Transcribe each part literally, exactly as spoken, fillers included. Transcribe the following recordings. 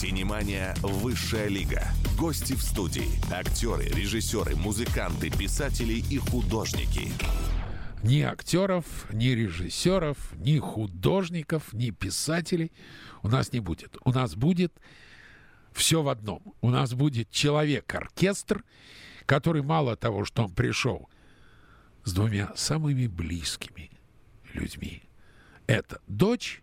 Синемания «Высшая лига». Гости в студии. Актеры, режиссеры, музыканты, писатели и художники. Ни актеров, ни режиссеров, ни художников, ни писателей у нас не будет. У нас будет все в одном. У нас будет человек-оркестр, который мало того, что он пришел с двумя самыми близкими людьми. Это дочь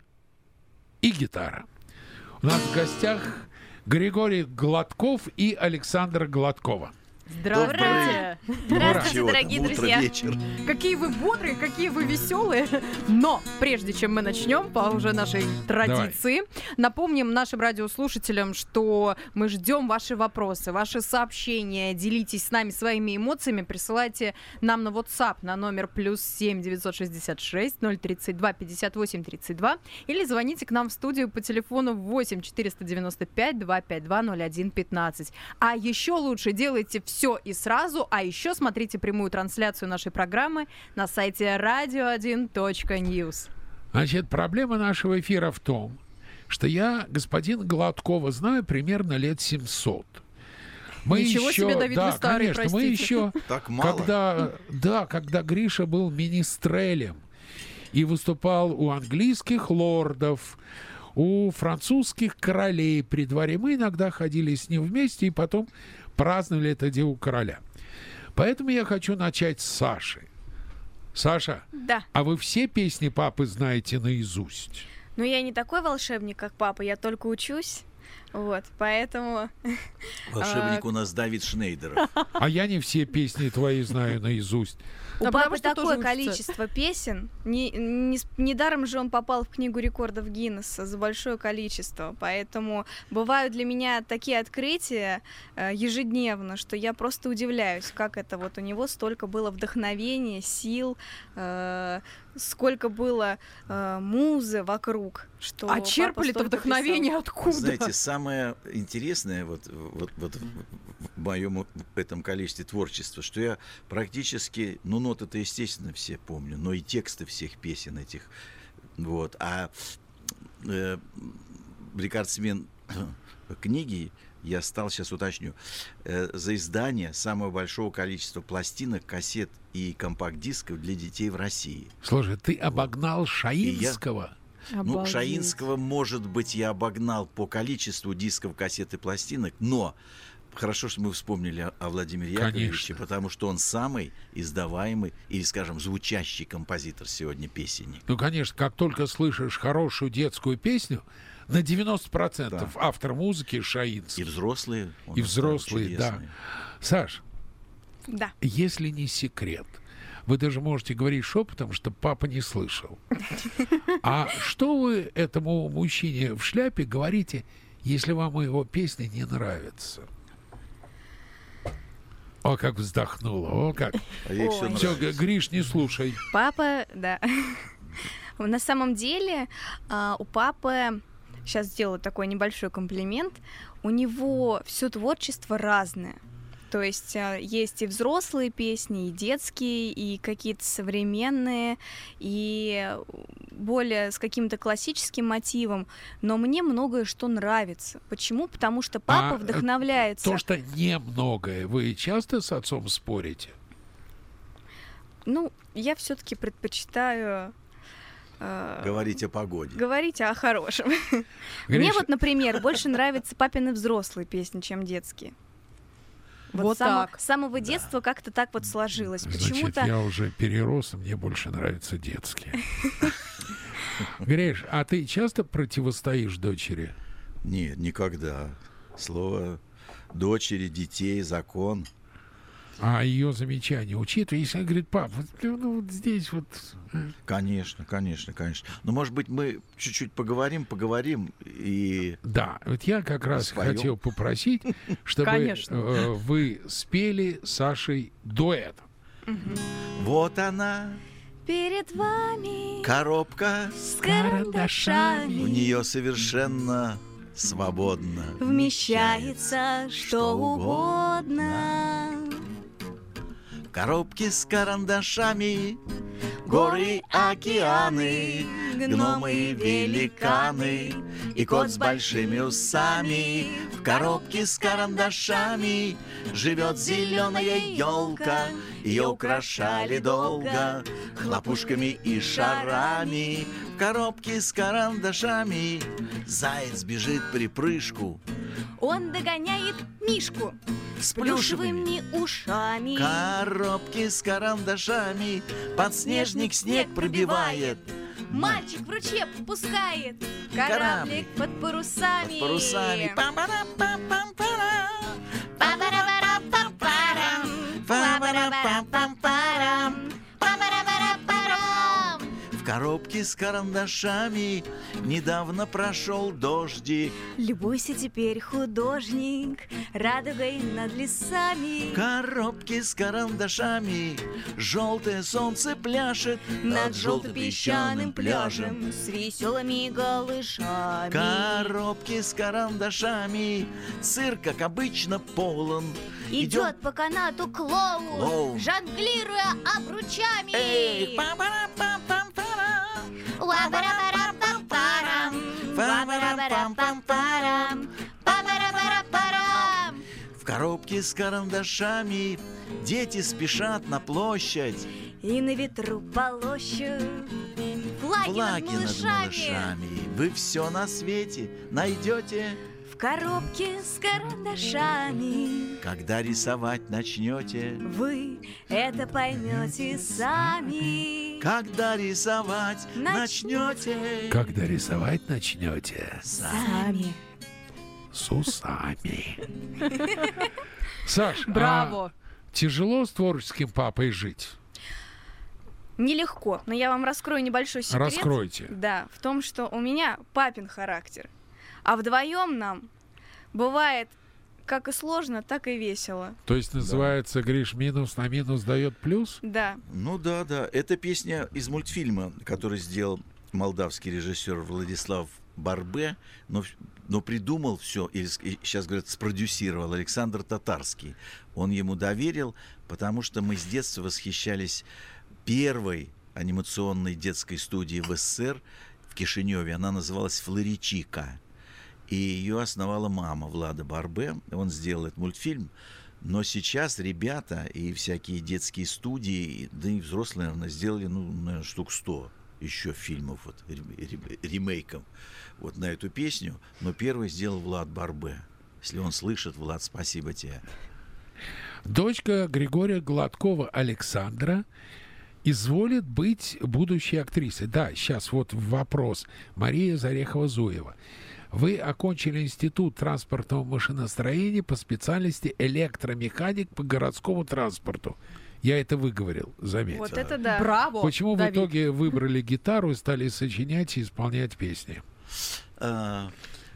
и гитара. У нас в гостях Григорий Гладков и Александра Гладкова. Здравствуйте! Здравствуйте, дорогие утро, друзья! вечер. Какие вы бодрые, какие вы веселые! Но прежде чем мы начнем, по уже нашей традиции, Давай. напомним нашим радиослушателям, что мы ждем ваши вопросы, ваши сообщения. Делитесь с нами своими эмоциями, присылайте нам на WhatsApp на номер плюс семь девятьсот шестьдесят шесть ноль тридцать два пятьдесят восемь тридцать два или звоните к нам в студию по телефону восемь четыреста девяносто пять двести пятьдесят два ноль один пятнадцать. А еще лучше делайте все Все и сразу, а еще смотрите прямую трансляцию нашей программы на сайте радио один точка ньюс. Значит, проблема нашего эфира в том, что я господина Гладкова знаю примерно лет семьсот. Мы Ничего еще, себе, Давид, да, вы старый, конечно, простите. мы еще, так мало. Когда, да, когда Гриша был министрелем и выступал у английских лордов, у французских королей при дворе, мы иногда ходили с ним вместе и потом праздновали это дело у короля. Поэтому я хочу начать с Саши. Саша, да. А вы все песни папы знаете наизусть? Ну, я не такой волшебник, как папа, я только учусь. Вот, поэтому... Волшебник у нас Давид Шнейдеров. А я не все песни твои знаю наизусть. У да папы такое учится. количество песен. Не, не, недаром же он попал в книгу рекордов Гиннесса за большое количество. Поэтому бывают для меня такие открытия э, ежедневно, что я просто удивляюсь, как это вот у него столько было вдохновения, сил, э, сколько было э, музы вокруг. Что а черпали-то вдохновение писал. Откуда? Знаете, самое интересное вот, вот, вот в моем этом количестве творчества, что я практически, ну, ноты-то, естественно, все помню, но и тексты всех песен этих. Вот. А э, рекордсмен книги я стал, сейчас уточню, э, за издание самого большого количества пластинок, кассет и компакт-дисков для детей в России. Слушай, ты обогнал Шаинского? Ну, Шаинского, может быть, я обогнал по количеству дисков, кассет и пластинок, но хорошо, что мы вспомнили о, о Владимире Яковлевиче, потому что он самый издаваемый или, скажем, звучащий композитор сегодня песенник. Ну, конечно, как только слышишь хорошую детскую песню, на девяносто процентов да. автор музыки Шаинский. И взрослые. И взрослые, да. Саш, да. Если не секрет, вы даже можете говорить шепотом, чтобы папа не слышал. А что вы этому мужчине в шляпе говорите, если вам его песня не нравится? О, как вздохнула, о, как. А ей все Все, Гриш, не слушай. Папа, да. На самом деле у папы, сейчас сделаю такой небольшой комплимент, у него все творчество разное. То есть есть и взрослые песни, и детские, и какие-то современные, и более с каким-то классическим мотивом. Но мне многое что нравится. Почему? Потому что папа а вдохновляется. То, что немногое. Вы часто с отцом спорите? Ну, я все-таки предпочитаю... Э, говорить о погоде. Говорить о хорошем. Гриша... Мне вот, например, больше нравятся папины взрослые песни, чем детские. Вот, вот само, так. С самого детства да. как-то так вот сложилось. Значит, почему-то... я уже перерос, и мне больше нравятся детские. Гриш, а ты часто противостоишь дочери? Нет, никогда. Слово дочери, детей, закон. А ее замечания учитывая, если она говорит, пап, вот, ну, вот здесь вот... Конечно, конечно, конечно. Но, может быть, мы чуть-чуть поговорим, поговорим и... Да, вот я как раз споем. Хотел попросить, чтобы э, вы спели с Сашей дуэт. Угу. Вот она... Перед вами коробка с карандашами. В нее совершенно свободно вмещается что угодно. В коробке с карандашами горы, океаны, гномы, великаны и кот с большими усами. В коробке с карандашами живет зеленая елка. Ее украшали долго хлопушками и шарами. В коробке с карандашами заяц бежит припрыжку. Он догоняет Мишку с плюшевыми ушами. Коробки с карандашами подснежник снег пробивает. Мальчик в ручье пускает кораблик под парусами. Под парусами. Пам-парам-пам-пам-парам. Па-ба-ра-ба-ра-пам-парам. Па-ба-ра-ба-ра-пам-парам. Па-ба-ра-ба-ра-парам. В коробке с карандашами недавно прошел дождик. Любуйся теперь, художник, радугой над лесами. В коробке с карандашами желтое солнце пляшет Над желто-песчаным пляжем с веселыми голышами. В коробке с карандашами цирк, как обычно, полон. Идет по канату клоун, Клоун. жонглируя обручами. Эй, пам-парам-пам-пам-парам. Ва-ба-ра-ба-ра-пам-парам. Ва-ба-ра-ба-ра-пам-парам. Па-ба-ра-ба-ра-парам. В коробке с карандашами дети спешат на площадь. И на ветру полощут флаги, Флаги над над малышами. малышами. Вы все на свете найдете, В коробке с карандашами. когда рисовать начнете. Вы это поймете сами. Когда рисовать начнете. Когда рисовать начнете Сами. с усами. Саш, Браво. а тяжело с творческим папой жить? Нелегко, но я вам раскрою небольшой секрет. Раскройте. Да, в том, что у меня папин характер. А вдвоем нам бывает как и сложно, так и весело. То есть называется «Гриш минус на минус дает плюс»? Да. Ну да, да. Это песня из мультфильма, который сделал молдавский режиссер Владислав Барбе, но, но придумал все, или сейчас говорят, спродюсировал Александр Татарский. Он ему доверил, потому что мы с детства восхищались первой анимационной детской студией в СССР в Кишиневе. Она называлась «Флоричика». И ее основала мама Влада Барбе. Он сделал этот мультфильм. Но сейчас ребята и всякие детские студии, да и взрослые, наверное, сделали, ну, наверное, штук сто еще фильмов, вот, ремейков вот на эту песню. Но первый сделал Влад Барбе. Если он слышит, Влад, спасибо тебе. Дочка Григория Гладкова Александра изволит быть будущей актрисой. Да, сейчас вот вопрос. Мария Зарехова-Зуева. Вы окончили институт транспортного машиностроения по специальности электромеханик по городскому транспорту. Я это выговорил, заметьте. Вот это да. Браво, Почему Давид. в итоге выбрали гитару и стали сочинять и исполнять песни? А,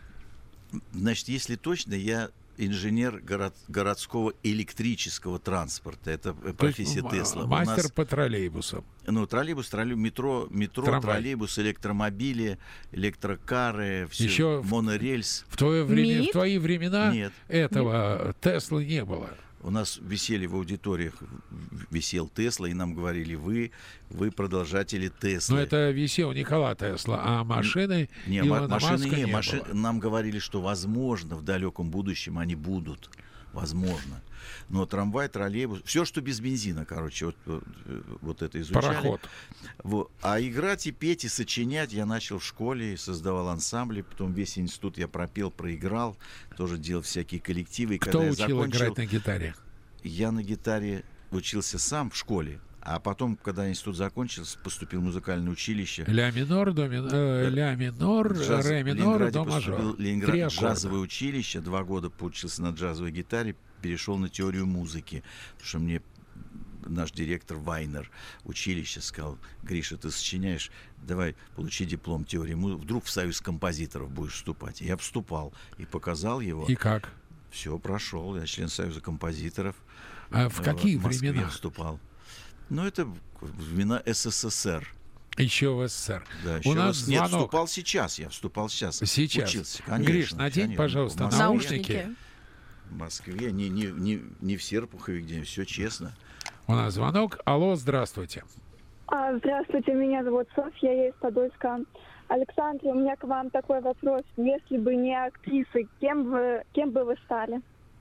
значит, если точно, я инженер город, городского электрического транспорта. Это профессия То есть, Тесла. мастер У нас, по троллейбусам. ну, троллейбус, троллейбус, метро, метро, Трамвай. троллейбус, электромобили, электрокары, все, Еще в- монорельс. В, твое время, МИД? в твои времена Нет. этого Теслы не было. У нас висели в аудиториях, висел Тесла, и нам говорили, вы, вы продолжатели Теслы. Но это висел Никола Тесла, а машины Не, Илона ма- машины Маска не, не маши- было. нам говорили, что возможно в далеком будущем они будут. Возможно. Но трамвай, троллейбус, все, что без бензина, короче, вот, вот, вот это изучали. Пароход. Вот. А играть и петь, и сочинять я начал в школе, создавал ансамбли, потом весь институт я пропел, проиграл, тоже делал всякие коллективы. И Кто когда я учил закончил, играть на гитаре? я на гитаре учился сам в школе, а потом, когда институт закончился, поступил в музыкальное училище. Ля минор, до ми- э, ля минор, Джаз- ре в минор, Ленинграде до поступил мажор. в Ленинград Три аккорда. джазовое училище, два года поучился на джазовой гитаре, перешел на теорию музыки, потому что мне наш директор Вайнер училища сказал: Гриша, ты сочиняешь, давай получи диплом теории музыки, вдруг в союз композиторов будешь вступать. И я вступал и показал его. И как? Все, прошел, я член союза композиторов. А в э, какие в Москве времена? вступал. Ну, это времена СССР. Еще в СССР. Да, У еще нас раз- Нет, звонок. вступал сейчас, я вступал сейчас. Сейчас. Учился, конечно, Гриш, надень, конечно. пожалуйста, В Москве. наушники. В Москве, не, не, не, не в Серпухове, где все честно. У нас звонок. Алло, здравствуйте. А, здравствуйте, меня зовут Софья, я из Подольска. Александр, у меня к вам такой вопрос. Если бы не актрисы, кем бы, кем бы вы стали?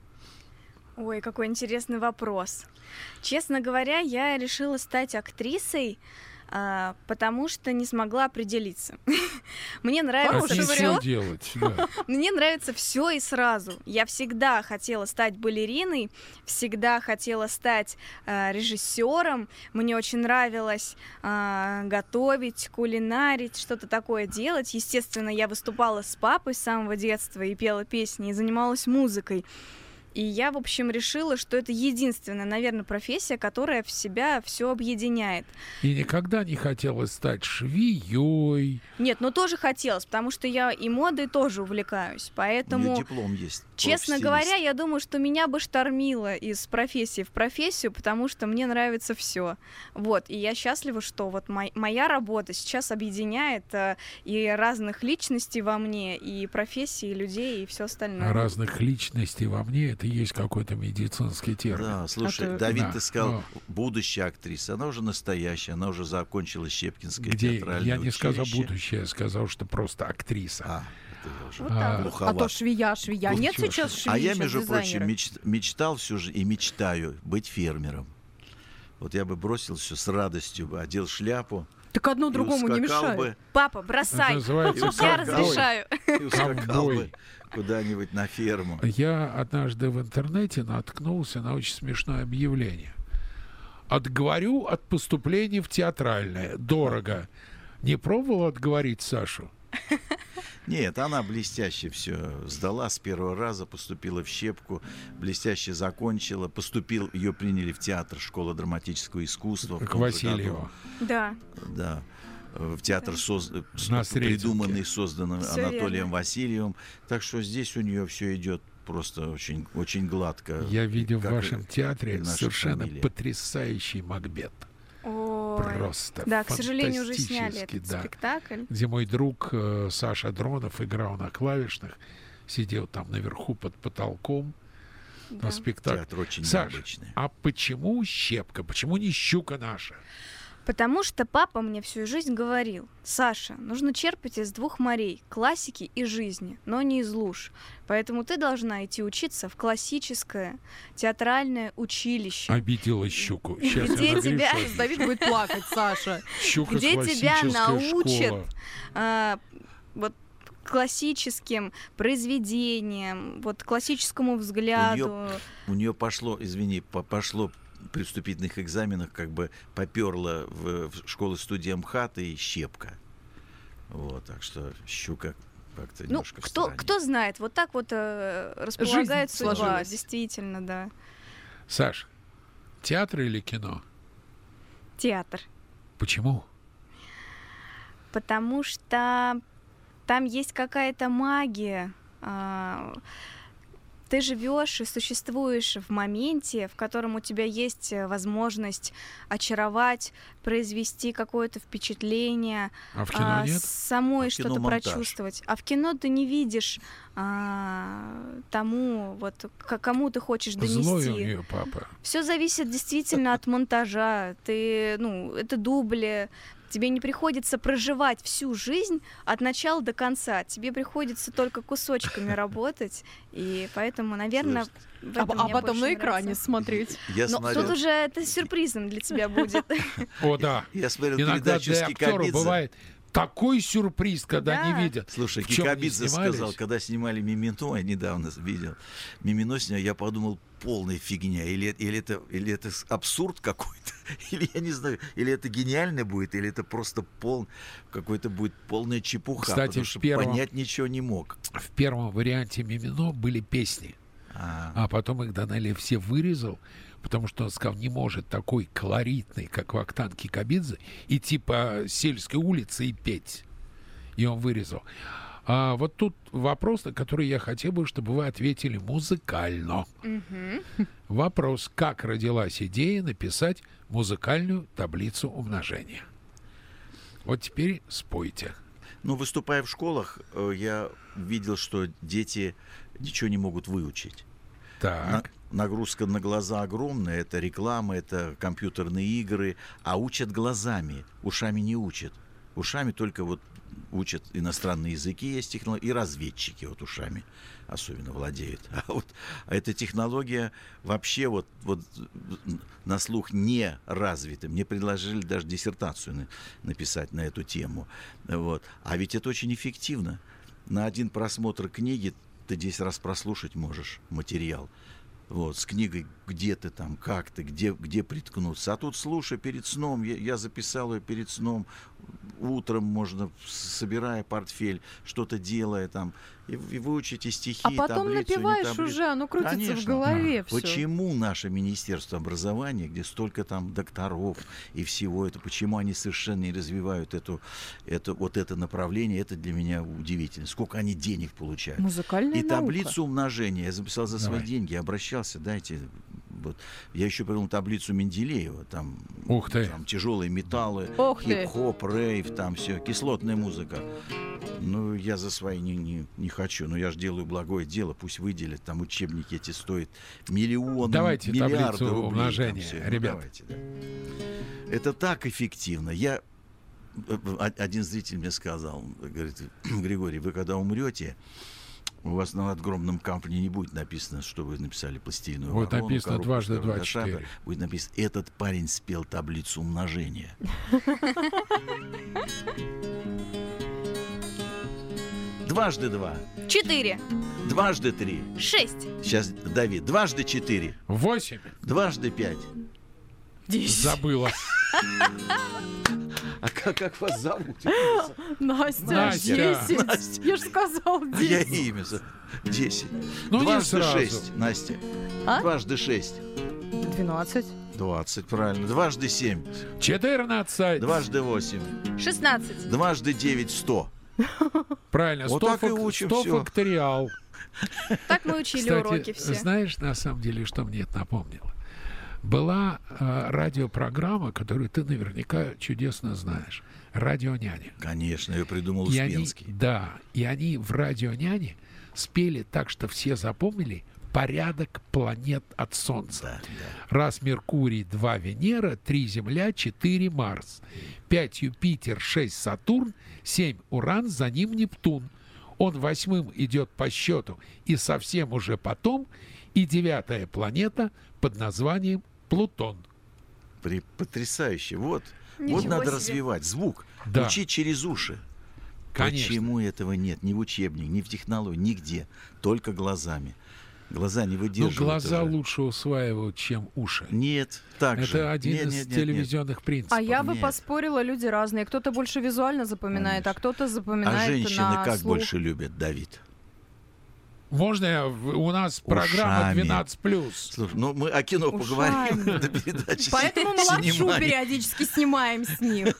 Ой, какой интересный вопрос. Честно говоря, я решила стать актрисой, а, потому что не смогла определиться. Мне нравится все делать. Да. Мне нравится все и сразу. Я всегда хотела стать балериной, всегда хотела стать э, режиссером. Мне очень нравилось э, готовить, кулинарить, что-то такое делать. Естественно, я выступала с папой с самого детства и пела песни, и занималась музыкой. И я, в общем, решила, что это единственная, наверное, профессия, которая в себя все объединяет. И никогда не хотела стать швеей. Нет, но тоже хотелось, потому что я и модой тоже увлекаюсь. Поэтому, у нее диплом есть. Честно говоря, я думаю, что меня бы штормило из профессии в профессию, потому что мне нравится все. Вот, и я счастлива, что вот мой, моя работа сейчас объединяет э, и разных личностей во мне, и профессии, и людей, и все остальное. Разных личностей во мне — это есть какой-то медицинский термин. Да, слушай, Это... Давид, да. ты сказал, Но... будущая актриса. Она уже настоящая, она уже закончила Щепкинское Где театральное я не училище. сказал будущее, я сказал, что просто актриса. А, это уже Вот так. глуховато. А то швея, швея. Ну, Нет чё, сейчас швеи, А я, сейчас между дизайнеры. прочим, меч- мечтал всю жизнь и мечтаю быть фермером. Вот я бы бросил все с радостью, бы одел шляпу. Так одно и другому не ускакал мешает. бы, Папа, Это бросай, называется я ковбой. разрешаю. и ускакал Ковбой. бы куда-нибудь на ферму. Я однажды в интернете наткнулся на очень смешное объявление. Отговорю от поступления в театральное. Дорого. Не пробовал отговорить Сашу? Нет, она блестяще все сдала с первого раза, поступила в Щепку, блестяще закончила, поступил, ее приняли в театр школы драматического искусства. Как Васильева. Да. Да, в театр, соз... На Сретенке. придуманный, созданный Всё Анатолием верно. Васильевым. Так что здесь у нее все идет просто очень, очень гладко. Я видел в Как и- вашем театре и наша совершенно фамилия. потрясающий Макбет. Ой. Просто Да, к сожалению, уже сняли фантастический, этот да. спектакль. Где мой друг э, Саша Дронов играл на клавишных, сидел там наверху под потолком Да. на спектакле. Театр очень Саш, необычный. а почему Щепка? Почему не Щука наша? Потому что папа мне всю жизнь говорил: Саша, нужно черпать из двух морей — классики и жизни, но не из луж. Поэтому ты должна идти учиться в классическое театральное училище, Обидела Щуку. Сейчас Где я тебя- нагрешу. Сейчас Давид будет плакать, Саша. Щука где тебя классическая научат школа. а, вот классическим произведениям, вот классическому взгляду. У нее пошло, извини, по- пошло при вступительных экзаменах, как бы поперло в, в школу-студию МХАТ и Щепка. Вот, так что Щука как-то Ну, немножко в кто, стороне. кто знает, вот так вот э, располагает Жизнь судьба, сложилась. действительно, да. Саш, театр или кино? Театр. Почему? Потому что там есть какая-то магия. а, Ты живешь и существуешь в моменте, в котором у тебя есть возможность очаровать, произвести какое-то впечатление, А в кино а, нет? самой А в кино что-то монтаж. прочувствовать. А в кино ты не видишь а, тому, вот, к кому ты хочешь донести. Злой у нее папа. Все зависит действительно от монтажа. Ты, ну, это дубли. Тебе не приходится проживать всю жизнь от начала до конца. Тебе приходится только кусочками работать. И поэтому, наверное, в А, этом а мне потом больше на экране нравится. смотреть. Я Но смотрел, тут уже это сюрпризом для тебя будет. О, да. я смотрел Иногда передачу для актера «Скикабидзе». бывает такой сюрприз, когда Да. не видят. Слушай, В чём не Кикабидзе снимались? сказал, когда снимали «Мимино», я недавно видел, «Мимино» снял, я подумал, полная фигня, или, или, это, или это абсурд какой-то, или я не знаю, или это гениально будет, или это просто пол, какой-то будет полная чепуха, Кстати, потому в что первом- понять ничего не мог. В первом варианте «Мимино» были песни, А, а потом их Данелли все вырезал, потому что он сказал, не может такой колоритный, как Вахтанг Кикабидзе, идти по сельской улице и петь. И он вырезал. А вот тут вопрос, на который я хотел бы, чтобы вы ответили музыкально. Вопрос, как родилась идея написать музыкальную таблицу умножения? Вот теперь спойте. ну, выступая в школах, э, я видел, что дети ничего не могут выучить. На- Так. нагрузка на глаза огромная. Это реклама, это компьютерные игры. А учат глазами, ушами не учат. Ушами только вот учат иностранные языки, есть технологии, и разведчики вот ушами особенно владеют. А вот а эта технология вообще вот, вот на слух не развита. Мне предложили даже диссертацию на, написать на эту тему. Вот. А ведь это очень эффективно. На один просмотр книги ты десять раз прослушать можешь материал. Вот, с книгой, где ты там, как ты, где, где приткнуться. А тут слушай перед сном, я, я записал ее перед сном, утром можно, собирая портфель, что-то делая там, и, и выучите стихи, а потом таблицу, напиваешь таблицу. уже, оно крутится Конечно. в голове все. Почему наше Министерство образования, где столько там докторов и всего это, почему они совершенно не развивают эту, это, вот это направление, это для меня удивительно. Сколько они денег получают. Музыкальная И наука. таблицу умножения я записал за свои Давай. деньги, обращался, дайте. Вот. Я еще придумал таблицу Менделеева, там, Ух ты. там тяжелые металлы, Ох ты. хип-хоп, рейв, там все, кислотная музыка. Ну, я за свои не, не, не хочу, но я же делаю благое дело, пусть выделят, там учебники эти стоят миллионы, Давайте миллиарды таблицу рублей. там умножения, всё. Ну, ребят. давайте, да. Это так эффективно. Я, один зритель мне сказал, говорит, Григорий, вы когда умрете, у вас на надгробном камне не будет написано, что вы написали пластилиновую Будет ворону, написано коробку дважды с два карандашами. четыре. Будет написано, этот парень спел таблицу умножения. Дважды два. Четыре. Дважды три. Шесть. Сейчас, Давид. Дважды четыре. Восемь. Дважды пять. Забыла. А как, как вас зовут? Настя, Настя. десять. Настя. Я же сказал А я десять. имя. за- Десять. Ну, не Дважды сразу. шесть, Настя. А? Дважды шесть. Двенадцать. Двадцать, правильно. Дважды семь. Четырнадцать. Дважды восемь. Шестнадцать. Дважды девять. Сто. Правильно. Вот сто так и фак- учим сто всё. факториал. Так мы учили Кстати, уроки все. знаешь, на самом деле, что мне это напомнило? Была э, радиопрограмма, которую ты наверняка чудесно знаешь. «Радио Няня». Конечно, ее придумал И они, Успенский. да, и они в «Радио Няне» спели так, что все запомнили порядок планет от Солнца. Да, да. Раз Меркурий, два Венера, три Земля, четыре Марс, пять Юпитер, шесть Сатурн, семь Уран, за ним Нептун. Он восьмым идет по счету, и совсем уже потом, и девятая планета под названием Плутон. При- Потрясающе. Вот. Ничего вот надо себе. развивать звук. Да. Учить через уши. Конечно. Почему этого нет? Ни в учебнике, ни в технологии, нигде. Только глазами. Глаза не Ну, выдерживают. глаза уже. лучше усваивают, чем уши. Нет, так же. Это один Нет, из нет, нет, нет. телевизионных принципов. А я бы Нет. поспорила, люди разные. Кто-то больше визуально запоминает, а Конечно. кто-то А запоминает женщины на как слух. больше любят, Давид? Можно я, в- у нас программа Ушами. двенадцать плюс. Слушай, ну мы о кино Ушами. поговорим до передачи. Поэтому мы лапшу синемания. периодически снимаем с них.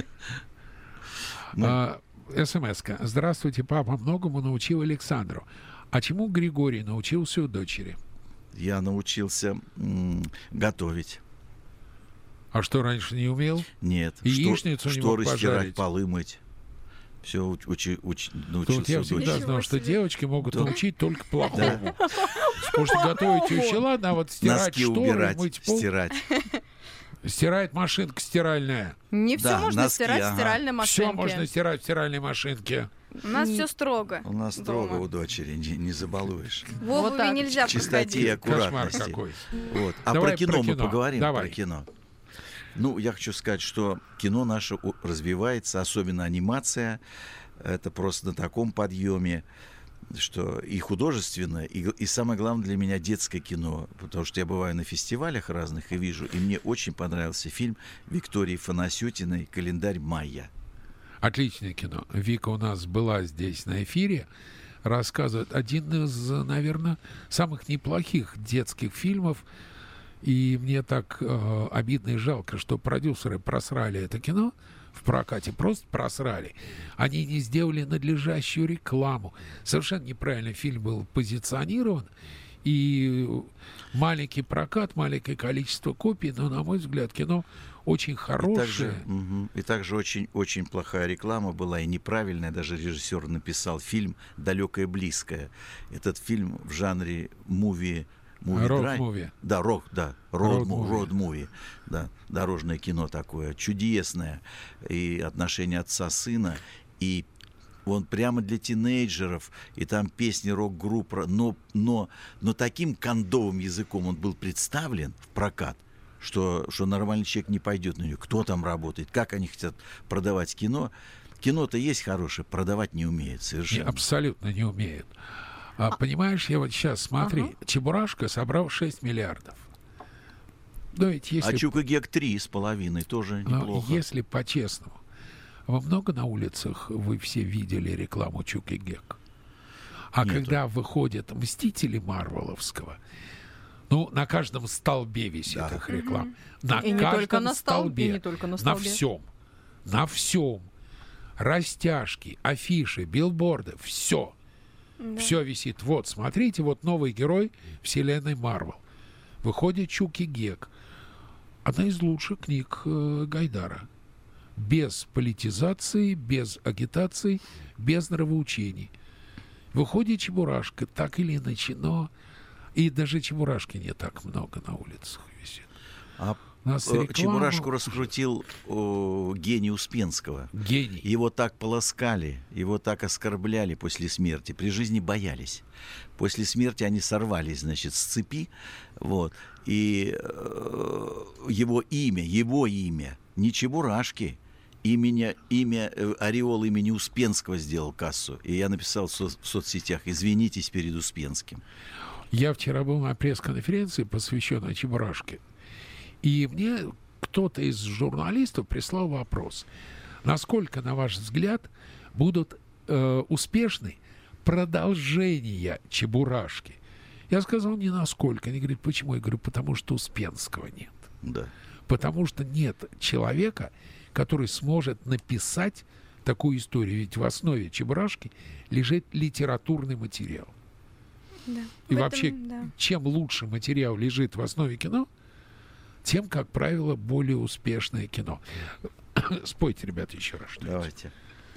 Мы- А, СМС-ка. Здравствуйте, папа многому научил Александру. А чему Григорий научился у дочери? Я научился м, готовить. А что, раньше не умел? Нет. Яичницу не мог шторы стирать, пожарить. полы мыть. Все учи, уч, Тут научился я у всегда дочери. знал, Ничего что себе. девочки могут Да. научить только плохому. Потому что готовить еще ладно, а вот стирать Носки шторы, убирать, мыть пол. стирать. Стирает машинка стиральная. Не все Да, можно носки, стирать в ага. стиральной Все машинке. можно стирать в стиральной машинке. У нас все строго. У нас дома. строго у дочери, не, не забалуешь. В Вот обуви так. нельзя В чистоте и проходить. Кошмар аккуратности. какой. Вот. А Давай про кино, про мы кино. поговорим. Давай. Про кино. Ну, я хочу сказать, что кино наше у- развивается, особенно анимация. Это просто на таком подъеме, что и художественное, и, и самое главное для меня детское кино. Потому что я бываю на фестивалях разных и вижу. И мне очень понравился фильм Виктории Фанасютиной «Календарь майя». Отличное кино. Вика у нас была здесь на эфире. Рассказывает один из, наверное, самых неплохих детских фильмов. И мне так э, обидно и жалко, что продюсеры просрали это кино в прокате, просто просрали. Они не сделали надлежащую рекламу. Совершенно неправильно фильм был позиционирован. И маленький прокат, маленькое количество копий, но, на мой взгляд, кино очень И хорошее. также, мгм, и также очень, очень плохая реклама была и неправильная. Даже режиссер написал фильм «Далекое близкое». Этот фильм в жанре муви Movie Road Drive. movie. Да, рок, да, road, Road movie. movie. road movie, да, дорожное кино такое, чудесное, и отношения отца-сына, и он прямо для тинейджеров, и там песни рок-групп, но, но, но таким кондовым языком он был представлен в прокат, что, что нормальный человек не пойдет на него. Кто там работает, как они хотят продавать кино. Кино-то есть хорошее, продавать не умеет совершенно. Не, абсолютно не умеет. А, понимаешь, я вот сейчас, смотри, Ага. Чебурашка собрал шесть миллиардов. Но ведь если, А Чук и Гек три с половиной тоже но неплохо. если по-честному, во много на улицах вы все видели рекламу Чук и Гек? А Нету. когда выходят «Мстители» Марвеловского, ну, на каждом столбе висит Да. их реклама. На И не каждом только на стол- столбе. и не только на На столбе. всем. На всем. Растяжки, афиши, билборды, все. Да. Все висит. Вот, смотрите, вот новый герой вселенной Марвел. Выходит Чук и Гек. Одна из лучших книг э, Гайдара. Без политизации, без агитации, без нравоучений. Выходит Чебурашка, так или иначе, но и даже Чебурашки не так много на улицах висит. А У нас э, реклама- Чебурашку раскрутил о, гений Успенского. Гений. Его так полоскали, его так оскорбляли после смерти. При жизни боялись. После смерти они сорвались, значит, с цепи. Вот. И э, его имя, его имя, не Чебурашки, имя, имя, э, ореол имени Успенского сделал кассу. И я написал в, со- в соцсетях: извинитесь перед Успенским. Я вчера был на пресс-конференции, посвященной Чебурашке. И мне кто-то из журналистов прислал вопрос. Насколько, на ваш взгляд, будут э, успешны продолжения Чебурашки? Я сказал, не насколько. Они говорят, почему? Я говорю, потому что Успенского нет. Да. Потому что нет человека, который сможет написать такую историю. Ведь в основе Чебурашки лежит литературный материал. Да. И В этом, вообще, да. чем лучше материал лежит в основе кино, тем, как правило, более успешное кино. Спойте, ребята, еще раз. что-нибудь. Давайте.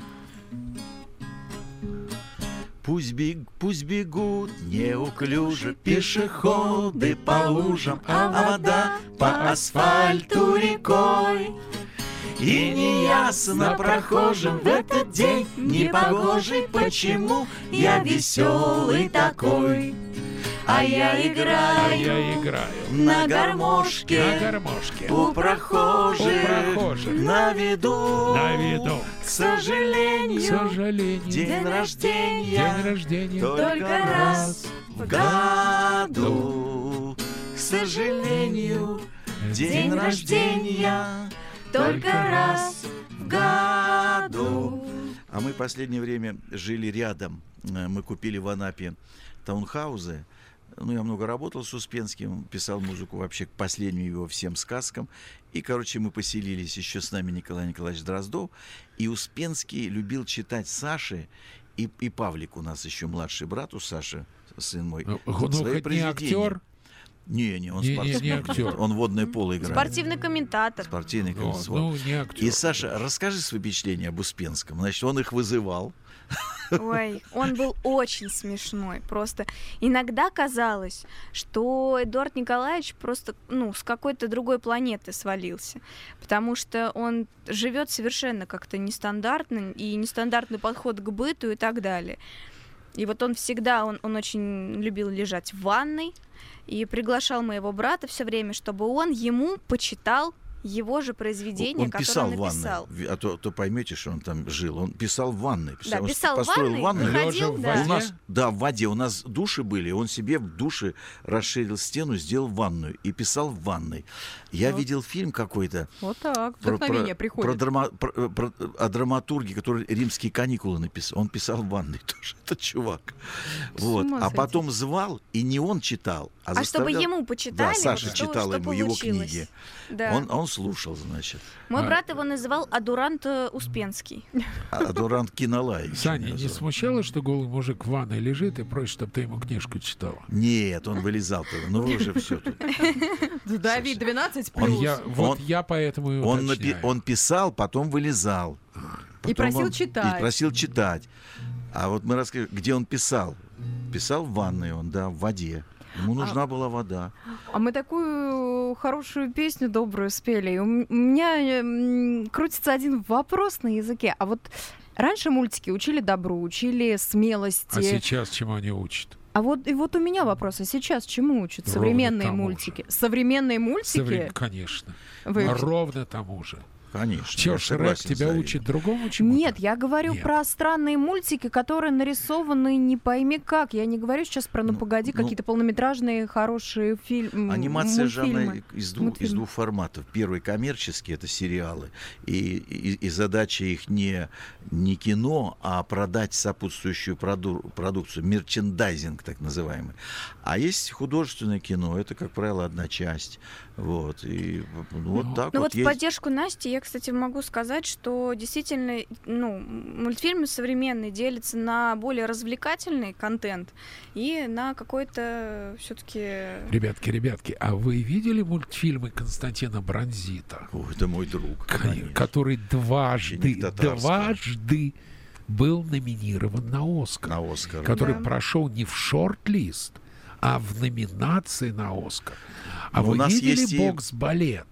Пусть, бег, пусть бегут неуклюже пешеходы по лужам, а вода по асфальту рекой. И неясно прохожим в этот день непогожий, почему я веселый такой. А я А играю я играю на на гармошке гармошке у прохожих, у прохожих на виду. на виду. К К сожалению, сожалению, день рождения день рождения только раз в году. К сожалению, день рождения только раз в году. А мы в последнее время жили рядом. Э, Мы купили в Анапе таунхаузы. Ну, я много работал с Успенским, писал музыку вообще к последним его всем сказкам. И, короче, мы поселились, еще с нами Николай Николаевич Дроздов. И Успенский любил читать Саше и, и Павлик, у нас еще младший брат у Саши, сын мой. Ну, вот ну, свои хоть не произведения. актер. Не, не, он Не- не- спортсмен. не актер. Он водное поло играет. Спортивный комментатор. Спортивный Ну, комментатор. ну, не актер. И, Саша, расскажи свои впечатления об Успенском. Значит, он их вызывал. Ой, он был очень смешной. Просто иногда казалось, что Эдуард Николаевич просто, ну, с какой-то другой планеты свалился. Потому что он живет совершенно как-то нестандартно, и нестандартный подход к быту и так далее. И вот он всегда, он, он очень любил лежать в ванной и приглашал моего брата все время, чтобы он ему почитал его же произведение, Он которое писал он в ванной. написал. А то, то поймете, что он там жил. Он писал в ванной. Да, Он писал в построил ванной, ванную. выходил, Лёжа в да. У воде? нас, да, в воде. У нас души были. Он себе в душе расширил стену, сделал ванную и писал в ванной. Я Вот. видел фильм какой-то Вот так, про, вдохновение про- приходит. про драма- про- про- о драматурге, который «Римские каникулы» написал. Он писал в ванной тоже, этот чувак. С Вот. ума А сойти. потом звал, и не он читал, а, А чтобы заставлял- ему Да, почитали, Саша вот что- читал что ему его получилось. книги. Да. Он, он слушал, значит. Мой А- брат его называл Адурант э, Успенский. А Дурант Кинолаевич. Саня, меня не зовут. смущало, что голый мужик в ванной лежит и просит, чтобы ты ему книжку читала? Нет, он вылезал тогда. Ну вы уже все тут. Давид двенадцать Он- плюс. Я, вот Он- я поэтому и Он, напи- уточняю. он писал, потом вылезал. Потом просил он- читать. И просил читать. А вот мы расскажем, где он писал. Писал в ванной он, да, в воде. Ему нужна а, была вода. А мы такую хорошую песню добрую спели. У меня крутится один вопрос на языке. А вот раньше мультики учили добру, учили смелости. А сейчас чему они учат? А вот и вот у меня вопрос, а сейчас чему учат Ровно современные тому мультики? же. Современные мультики? Соврем... Конечно. Вы... Ровно тому же. Конечно. Че, Шрек тебя учит другому чему-то? Нет, я говорю Нет. про странные мультики, которые нарисованы не пойми как. Я не говорю сейчас про «Ну, ну погоди», ну, какие-то полнометражные хорошие фильмы. Анимация же она из двух, из двух форматов. Первый коммерческий — это сериалы. И, и, и задача их не, не кино, а продать сопутствующую проду, продукцию, мерчендайзинг так называемый. А есть художественное кино, это, как правило, одна часть. Вот, и вот ну, так ну вот. вот есть. в поддержку Насти я, кстати, могу сказать, что действительно, ну, мультфильмы современные делятся на более развлекательный контент и на какой-то все-таки. Ребятки, ребятки, а вы видели мультфильмы Константина Бронзита? О, это мой друг, конечно. Который дважды, дважды был номинирован на Оскар. На Оскар. Который да. прошел не в шорт-лист, а в номинации на Оскар. А но вы видели и... бокс-балет?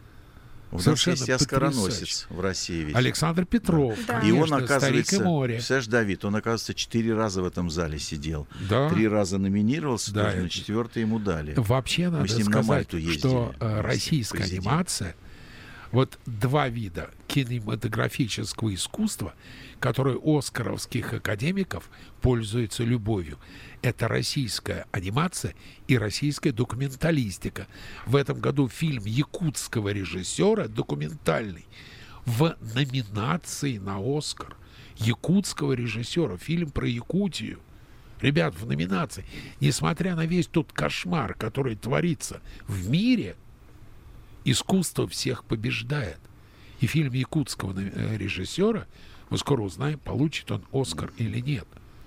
У нас есть оскароносец в России. Ведь. Александр Петров, да. конечно, и он, оказывается, «Старик и море». Представляешь, Давид, он, оказывается, четыре раза в этом зале сидел. Да. Три раза номинировался, да, даже на четвертый ему дали. Вообще надо сказать, что российская президент. анимация, вот два вида кинематографического искусства, которые оскаровских академиков пользуются любовью. Это российская анимация и российская документалистика. В этом году фильм якутского режиссера, документальный, в номинации на Оскар. Якутского режиссера, фильм про Якутию. Ребят, в номинации. Несмотря на весь тот кошмар, который творится в мире, искусство всех побеждает. И фильм якутского режиссера, мы скоро узнаем, получит он Оскар или нет.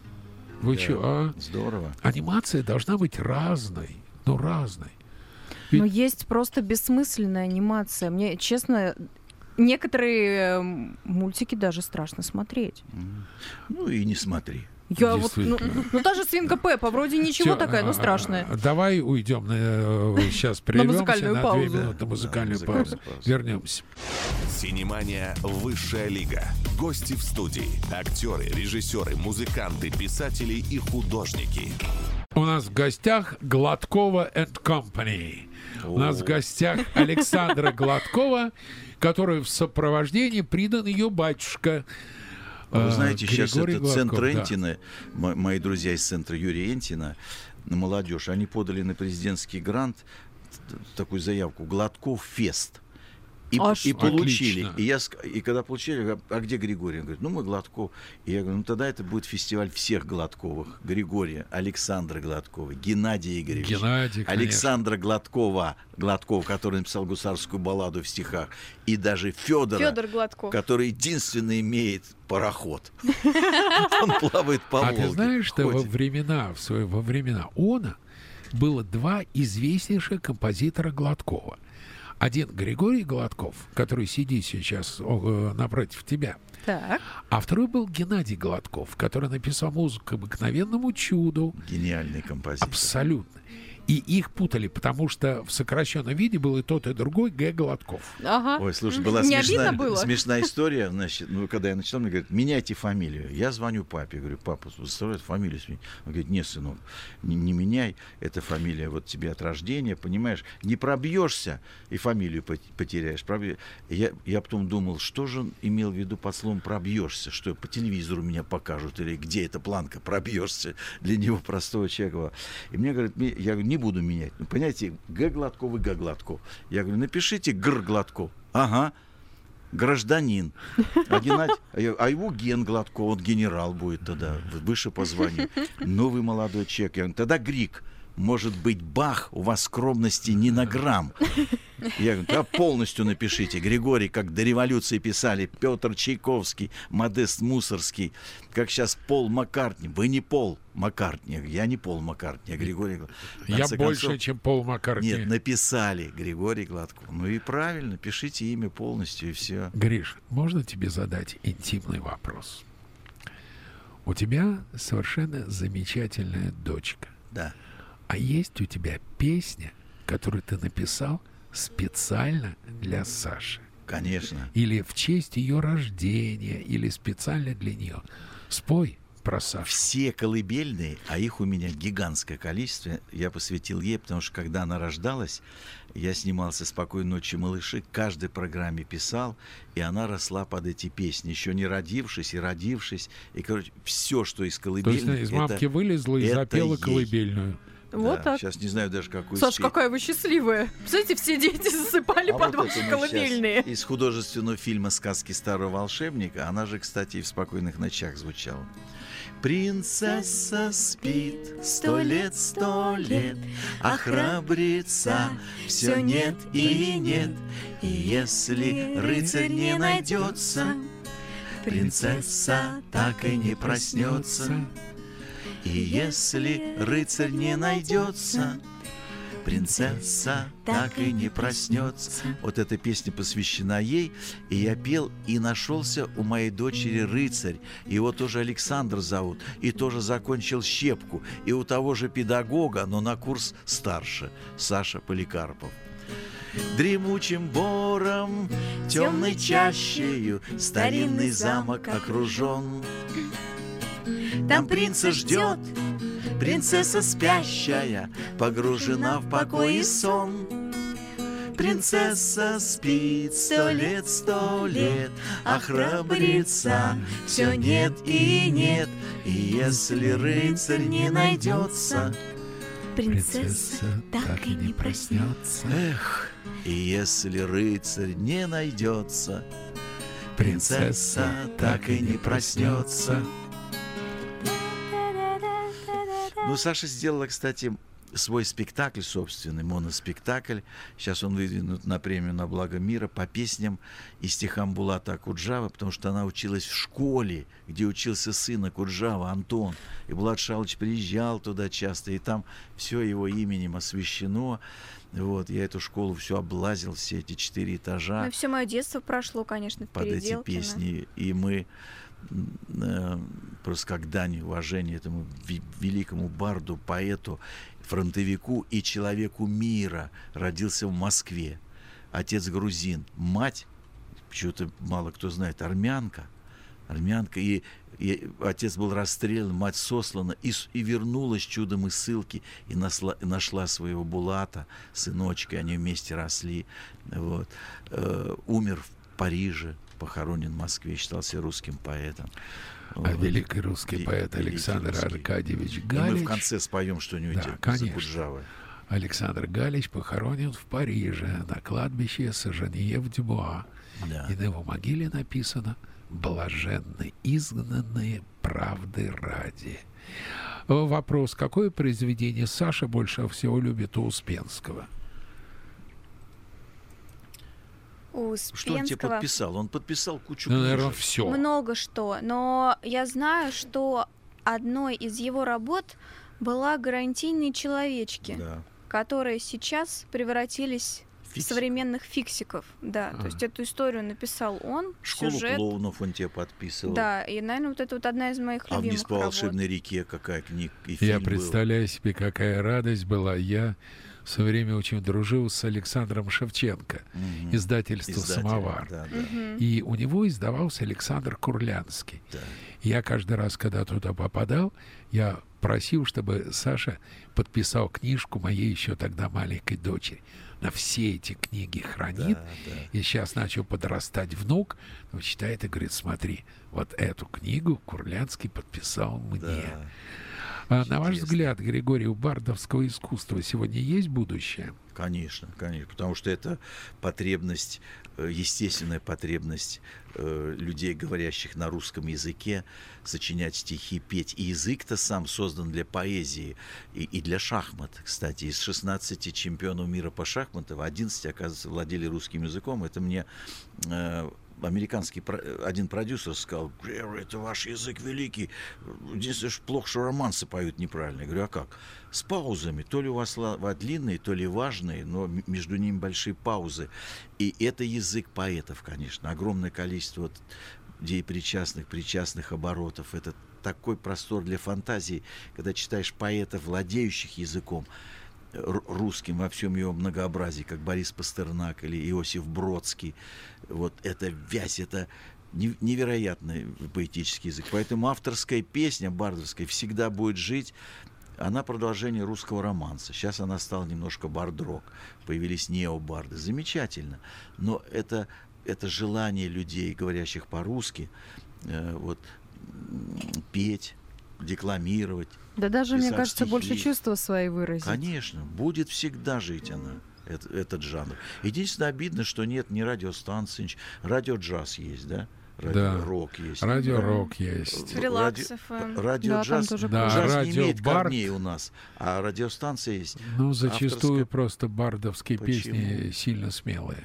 Вы да, что, а? Здорово. Анимация должна быть разной, ну разной. Ведь... Но есть просто бессмысленная анимация. Мне, честно, некоторые мультики даже страшно смотреть. Ну и не смотри. Я вот, ну, ну, та же «Свинка Пеппа», вроде ничего Всё, такая, но а, страшная. А, давай уйдем, на, сейчас прервемся на, музыкальную на паузу. две минуты, музыкальную да, паузу. паузу. Вернемся. Синемания «Высшая лига». Гости в студии. Актеры, режиссеры, музыканты, писатели и художники. У нас в гостях Гладкова and Company. О. У нас в гостях Александра Гладкова, которой в сопровождении придан ее батюшка. Вы знаете, Григорий сейчас это Гладков, центр да. Энтина, мои друзья из центра Юрия Энтина, молодежь, они подали на президентский грант такую заявку «Гладков Фест». И, Аж и получили. отлично. И, я, и когда получили, я говорю, а где Григорий? Он говорит, ну мы Гладков. И я говорю, ну тогда это будет фестиваль всех Гладковых. Григория, Александра Гладкова, Геннадия Игоревича. Геннадий, конечно. Александра Гладкова, Гладков, который написал гусарскую балладу в стихах. И даже Федора, Федор Гладков, который единственный имеет пароход. Он плавает по Волге. А ты знаешь, что во времена, в свои, во времена ОНА было два известнейших композитора Гладкова. Один Григорий Гладков, который сидит сейчас о, напротив тебя. Так. А второй был Геннадий Гладков, который написал музыку к «Обыкновенному чуду». Гениальный композитор. Абсолютно. И их путали, потому что в сокращенном виде был и тот, и другой Г. Гладков. Ага. Ой, слушай, была Не смешная, обидно было? смешная история. Значит, ну, когда я начинал, мне говорят, меняйте фамилию. Я звоню папе, говорю, папа, заставляет фамилию сменить. Он говорит, нет, сынок, не, не меняй, эта фамилия вот тебе от рождения, понимаешь, не пробьешься и фамилию потеряешь. Пробьешь. Я, я потом думал, что же он имел в виду под словом пробьешься, что по телевизору меня покажут, или где эта планка, пробьешься для него простого человека. И мне говорят, я говорю, не буду менять. Ну, понимаете, Г. Гладков и Г. Гладков. Я говорю, напишите Гр. Гладков. Ага. Гражданин. А, Геннадий, а его Ген Гладков, он генерал будет тогда, выше по званию. Новый молодой человек. Я говорю, тогда Грик. Может быть, Бах, у вас скромности не на грамм. Я говорю, да полностью напишите. Григорий, как до революции писали, Петр Чайковский, Модест Мусорский, как сейчас Пол Маккартни. Вы не Пол Маккартни. Я не Пол Маккартни, а Григорий Гладков. Я больше, концов, чем Пол Маккартни. Нет, написали Григорий Гладков. Ну и правильно, пишите имя полностью, и все. Гриш, можно тебе задать интимный вопрос? У тебя совершенно замечательная дочка. Да. А есть у тебя песня, которую ты написал специально для Саши? Конечно. Или в честь ее рождения, или специально для нее. Спой про Сашу. Все колыбельные, а их у меня гигантское количество, я посвятил ей, потому что когда она рождалась, я снимался «Спокойной ночи, малыши», к каждой программе писал, и она росла под эти песни, еще не родившись и родившись. И, короче, все, что из колыбельных... То есть из мамки это, вылезла и запела ей колыбельную. Вот да, так. Сейчас не знаю даже, какую Саш, спеть. какая вы счастливая. Представляете, все дети засыпали А под вот ваши это мы колыбельные. щас из художественного фильма «Сказки старого волшебника». Она же, кстати, и в «Спокойных ночах» звучала. Принцесса спит сто лет, сто лет, а храбреца все нет и нет. И если рыцарь не найдется, принцесса так и не проснется. И если рыцарь не найдется, принцесса так и не проснется. Вот эта песня посвящена ей, и я пел, и нашелся у моей дочери рыцарь. Его тоже Александр зовут, и тоже закончил щепку. И у того же педагога, но на курс старше, Саша Поликарпов. Дремучим бором, темной чащею, старинный замок окружен. Там принца ждет принцесса спящая, погружена в покой и сон. Принцесса спит сто лет, сто лет, а храбреца все нет и нет. И если рыцарь не найдется, Принцесса так и не проснется. эх, и если рыцарь не найдется, принцесса так и не проснется. Ну, Саша сделала, кстати, свой спектакль собственный, моноспектакль. Сейчас он выдвинут на премию «На благо мира» по песням и стихам Булата Акуджава, потому что она училась в школе, где учился сын Акуджава, Антон. И Булат Шалыч приезжал туда часто, и там все его именем освящено. Вот, я эту школу все облазил, все эти четыре этажа. Ну, все мое детство прошло, конечно, в под эти Переделкино. песни. И мы э, просто как дань уважения этому ви- великому барду, поэту, фронтовику и человеку мира родился в Москве. Отец грузин, мать, почему-то мало кто знает, армянка. Армянка, и, и отец был расстрелян, мать сослана, и, и вернулась чудом из ссылки, и, насла, и нашла своего Булата, сыночка, они вместе росли. Вот. Э, умер в Париже, похоронен в Москве, считался русским поэтом. А Вот. великий русский Ве- поэт великий Александр русский. Аркадьевич И мы Галич. в конце споем что-нибудь Да, из конечно. Акуджавы. Александр Галич похоронен в Париже на кладбище Сажаньев-Дюбуа. Да. И на его могиле написано «Блаженны изгнанные правды ради». Вопрос: какое произведение Саша больше всего любит у Успенского? У Что он тебе Успенского подписал? Он подписал кучу Ну, наверное, книжек. все. много что, но я знаю, что одной из его работ была «Гарантийные человечки», Да. которые сейчас превратились в Фиксик. современных фиксиков. Да, А. то есть эту историю написал он, Школу сюжет. клоунов он тебе подписывал. Да, и, наверное, вот это вот одна из моих А любимых вниз по работ. волшебной реке какая книга и фильм Я был. представляю себе, какая радость была. Я в свое время очень дружил с Александром Шевченко, Мгм. издательство Издатель, «Самовар». Да, да, Мгм. И у него издавался Александр Курлянский. да. Я каждый раз, когда туда попадал, я просил, чтобы Саша подписал книжку моей еще тогда маленькой дочери. На все эти книги хранит. Да, да. И сейчас начал подрастать внук, он читает и говорит: смотри, вот эту книгу Курлянский подписал мне. Да. А Очень на ваш интересно. взгляд, Григорий, у бардовского искусства сегодня есть будущее? Конечно, конечно, потому что это потребность, э, естественная потребность э, людей, говорящих на русском языке, сочинять стихи, петь. И язык-то сам создан для поэзии и, и для шахмат. Кстати, из шестнадцати чемпионов мира по шахматам одиннадцать, оказывается, владели русским языком. Это мне э, американский про- один продюсер сказал: «Григорий, это ваш язык великий. Единственное, что плохо, что романсы поют неправильно». Я говорю: а как? С паузами. То ли у вас слова длинные, то ли важные, но м- между ними большие паузы. И это язык поэтов, конечно. Огромное количество вот деепричастных, причастных оборотов. Это такой простор для фантазии, когда читаешь поэтов, владеющих языком русским во всем его многообразии, как Борис Пастернак или Иосиф Бродский. Вот эта вязь, это невероятный поэтический язык. Поэтому авторская песня бардовская всегда будет жить. Она продолжение русского романса. Сейчас она стала немножко бард-рок. Появились необарды. Замечательно. Но это, это желание людей, говорящих по-русски, э, вот, петь, декламировать. Да даже, мне кажется, стихи. больше чувства свои выразить. Конечно. Будет всегда жить она, этот, этот жанр. Единственное, обидно, что нет ни радиостанций, радио-джаз есть, да? Радио-рок да. есть. Радио-рок есть. Релакс Ради... эф эм. Радио-джаз да, да, джаз радио не имеет бард. корней у нас, а радиостанция есть. Ну, зачастую авторская... просто бардовские Почему? песни сильно смелые.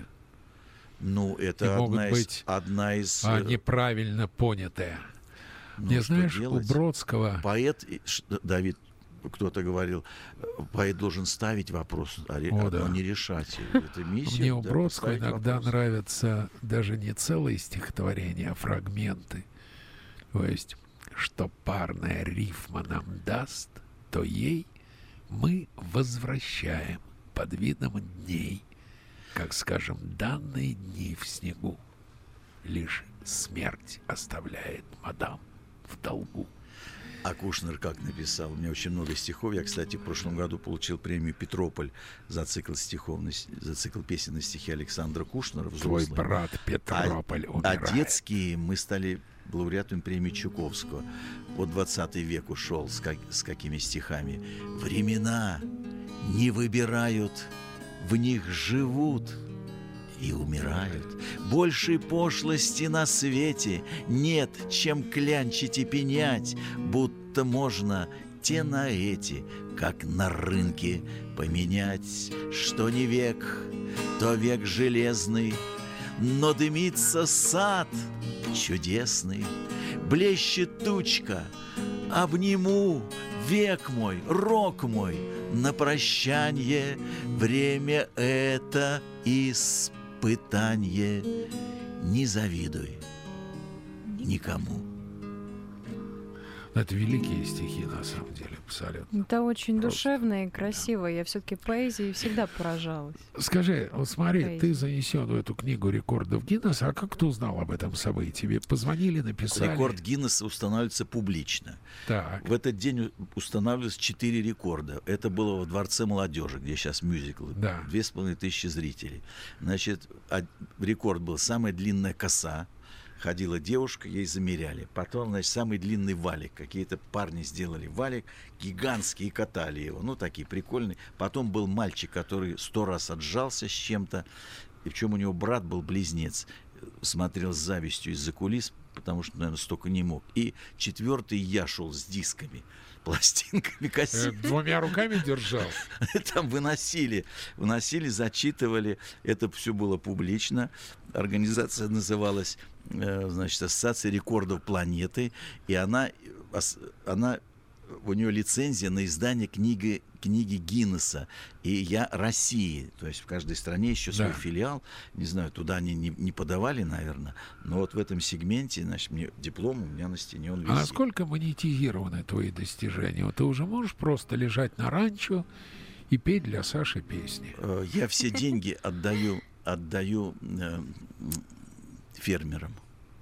Ну, это могут одна, быть, из, одна из... А неправильно понятые. Ну, Мне, что знаешь, делать? у Бродского... Поэт, Давид, кто-то говорил, поэт должен ставить вопрос, а О, да. не решать. Это миссия, Мне у да, Бродского иногда вопрос. нравятся даже не целые стихотворения, а фрагменты. То есть, что парная рифма нам даст, то ей мы возвращаем под видом дней, как, скажем, данные дни в снегу. Лишь смерть оставляет мадам в долгу. А Кушнер как написал? У меня очень много стихов. Я, кстати, в прошлом году получил премию «Петрополь» за цикл стихов, за цикл песен на стихи Александра Кушнера. Твой брат Петрополь а, умирает. А детские мы стали лауреатами премии Чуковского. Вот двадцатый век ушел с, как, с какими стихами. «Времена не выбирают, в них живут и умирают. Большей пошлости на свете нет, чем клянчить и пенять, будто можно те на эти, как на рынке, поменять. Что не век, то век железный, но дымится сад чудесный. Блещет тучка, обниму век мой, рок мой, на прощанье. Время это испытанье. Не завидуй никому. Это великие стихи, на самом деле, абсолютно. Это очень Просто. душевно и красиво. Я все-таки поэзией всегда поражалась. Скажи, вот смотри, Поэзия. ты занесен в эту книгу рекордов Гиннесса, а как ты узнал об этом событии? Тебе позвонили, написали? Рекорд Гиннесса устанавливается публично. Так. В этот день устанавливались четыре рекорда. Это было во Дворце молодежи, где сейчас мюзиклы. Да. Две с половиной тысячи зрителей. Значит, рекорд был «Самая длинная коса». Ходила девушка, ей замеряли. Потом, значит, самый длинный валик. Какие-то парни сделали валик, гигантский, и катали его. Ну, такие прикольные. Потом был мальчик, который сто раз отжался с чем-то. И причем у него брат был близнец. Смотрел с завистью из-за кулис, потому что, наверное, столько не мог. И четвертый я шел с дисками, пластинками, Э, кассетами. Двумя руками держал? Там выносили, выносили, зачитывали. Это все было публично. Организация называлась, э, значит, Ассоциация рекордов планеты. И она, ос- она, у нее лицензия на издание книги, книги Гиннесса. И я России. То есть в каждой стране еще свой Да. филиал. Не знаю, туда они не, не подавали, наверное. Но вот в этом сегменте, значит, мне диплом у меня на стене он висит. А насколько монетизированы твои достижения? Вот ты уже можешь просто лежать на ранчо и петь для Саши песни? Э, Я все деньги отдаю, отдаю э, фермерам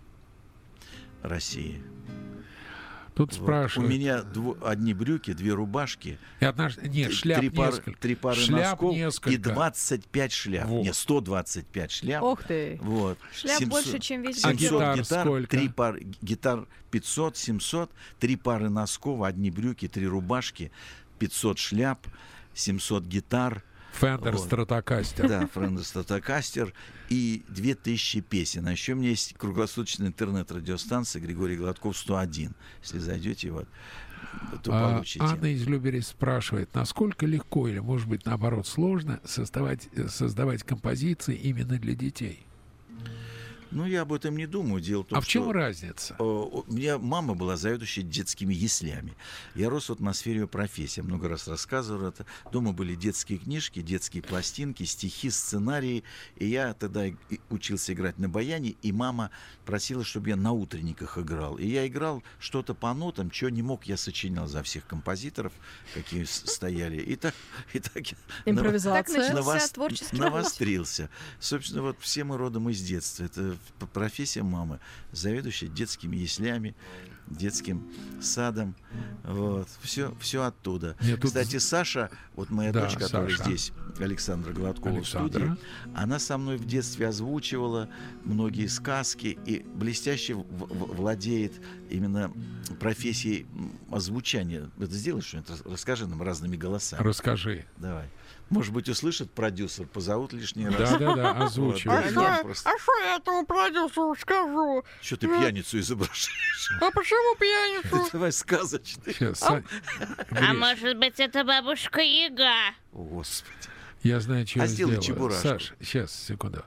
России. Тут Вот спрашивают. у меня дво- одни брюки, две рубашки, И однажды... Нет, т- шляп три, пары, несколько. три пары Шляп носков несколько. и двадцать пять шляп. Вот. Нет, сто двадцать пять шляп. Ох ты! Вот. Шляп семьсот больше, чем весь А семьсот гитар гитар, сколько? три пары гитар пятьсот, семьсот, три пары носков, одни брюки, три рубашки, пятьсот шляп, семьсот гитар. Фендер Вот. Стратокастер. Да, Френдер Стратокастер и две тысячи песен. А еще у меня есть круглосуточная интернет-радиостанция Григорий Гладков сто один. Если зайдете, вот, то А, получите. Анна из Люберец спрашивает, насколько легко или, может быть, наоборот, сложно создавать, э, создавать композиции именно для детей? Ну, я об этом не думаю. Дело в том, А в чем что, разница? э, У меня мама была заведующей детскими яслями. Я рос в атмосфере профессии. Я много раз рассказывал это. Дома были детские книжки, детские пластинки, стихи, сценарии. И я тогда и- учился играть на баяне, и мама просила, чтобы я на утренниках играл. И я играл что-то по нотам, чего не мог, я сочинял за всех композиторов, какие с- стояли. И так, и так я нав- Импровизация. Так начался навос- творческий путь. навострился. Собственно, вот все мы родом из детства. Это п- профессия мамы, заведующая детскими яслями, детским садом. Вот. Все, все оттуда. Нет, тут- Кстати, Саша, вот моя Да, дочь, которая Саша. здесь, Александра Гладкова Александра. в студии, она со мной в детстве озвучивала многие сказки и блестяще в- в- владеет именно профессией м, озвучания. Это сделаешь что-нибудь? Расскажи нам разными голосами. Расскажи. Давай. Может быть, услышит продюсер, позовут лишний раз. Да-да-да, Вот, озвучивай. да, я просто- А что я этому продюсеру скажу? Что ты пьяницу изображаешь? А почему пьяницу? Давай сказочный. Сейчас, Сань, А Гриш, может быть, это бабушка Яга? О, Господи. я знаю, что А я сделай сделаю. чебурашку. Саш, сейчас, секунду.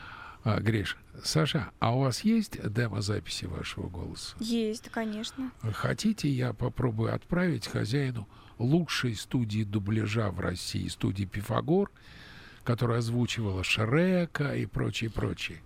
А, Гриш, Саша, а у вас есть демо-записи вашего голоса? Есть, конечно. Хотите, я попробую отправить хозяину лучшей студии дубляжа в России, студии «Пифагор», которая озвучивала Шрека и прочее, прочее.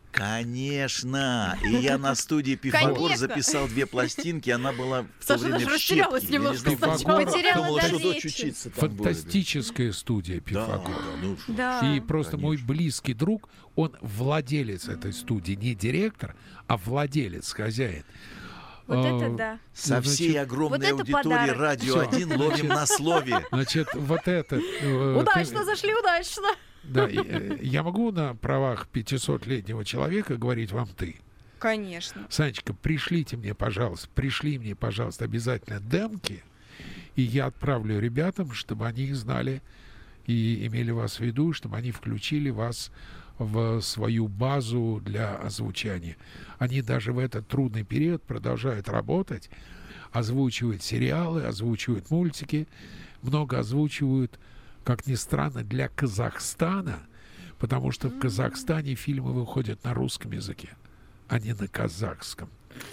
Конечно. И я на студии Пифагор Конечно. записал две пластинки. Она была в то Саша время даже в растерялась Щепке. Я не немножко знал, сначала. Потеряла думала, дар что дочь речи. учиться там будет. Фантастическая студия Да, «Пифагор». да, ну, что. Да. И просто мой конечно. близкий друг, он владелец этой студии, не директор, а владелец, хозяин. Вот А, это да. Со значит, всей огромной вот это аудитории подарок. «Радио Всё. один» ловим на слове. Значит, вот это... э, Удачно ты- зашли, удачно. Да, и, э, я могу на правах пятисотлетнего человека говорить вам «ты». Конечно. Санечка, пришлите мне, пожалуйста, пришли мне, пожалуйста, обязательно демки, и я отправлю ребятам, чтобы они знали и имели вас в виду, чтобы они включили вас в свою базу для озвучания. Они даже в этот трудный период продолжают работать, озвучивают сериалы, озвучивают мультики, много озвучивают, как ни странно, для Казахстана, потому что в Казахстане фильмы выходят на русском языке, а не на казахском.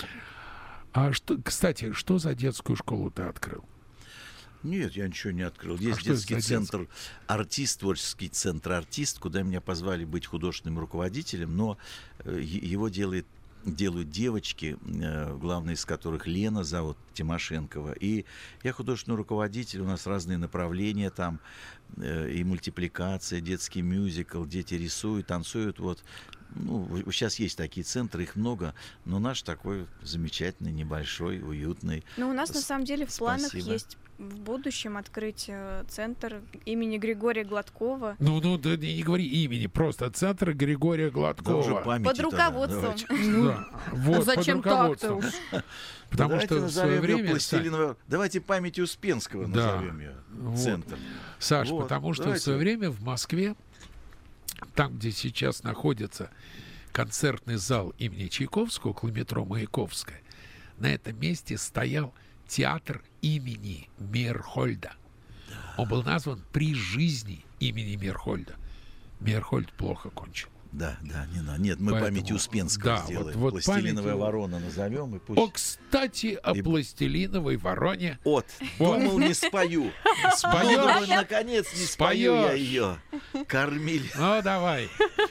А что, кстати, что за детскую школу ты открыл? Нет, я ничего не открыл. Есть А что это детский за центр «Артист», творческий центр «Артист», куда меня позвали быть художественным руководителем, но э, е- его делает, делают девочки, э, главная из которых Лена зовут, Тимошенкова. И я художественный руководитель, у нас разные направления там, э, и мультипликация, детский мюзикл, дети рисуют, танцуют. Вот. Ну, сейчас есть такие центры, их много, но наш такой замечательный, небольшой, уютный. Но у нас на С- самом деле в планах спасибо. есть в будущем открыть э, центр имени Григория Гладкова. Ну, ну, да не, не говори имени, просто центр Григория Да уже Гладкова. памяти Под тогда, руководством. давайте. Да, вот, Зачем под руководством. так-то уж? Потому Давайте что в свое назовем её время... Сань, пластилиновой- Давайте памяти Успенского Да. назовем ее. Вот. Центр. Саш, Вот, потому что в давайте. свое время в Москве, там, где сейчас находится концертный зал имени Чайковского, около метро Маяковская, на этом месте стоял театр имени Мейерхольда. Он был назван при жизни имени Мейерхольда. Мейерхольд плохо кончил. Да, да, не надо. Нет, мы Поэтому, памяти Успенского да, сделаем. вот- вот Пластилиновая память- ворона назовем и пусть. О, кстати, о И- пластилиновой вороне. От. Вот. Думал, не спою. Споёшь? Думаю, наконец не спою я Споёшь. ее. Кормили. Ну, давай.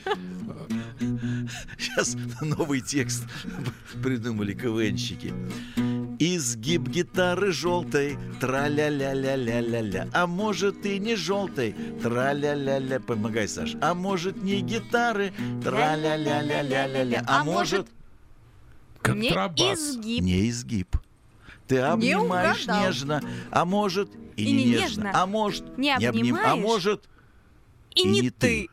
Сейчас новый текст придумали КВНщики. Изгиб гитары желтой, тра-ля-ля-ля-ля-ля-ля. А может и не желтой, тра-ля-ля-ля. Помогай, Саш. А может не гитары, тра-ля-ля-ля-ля-ля-ля. А может Не Контрабас. изгиб. не изгиб. Ты обнимаешь угадал. нежно, а может и, И не не нежно. нежно. А может Не обним- обнимаешь. А может И, не ты.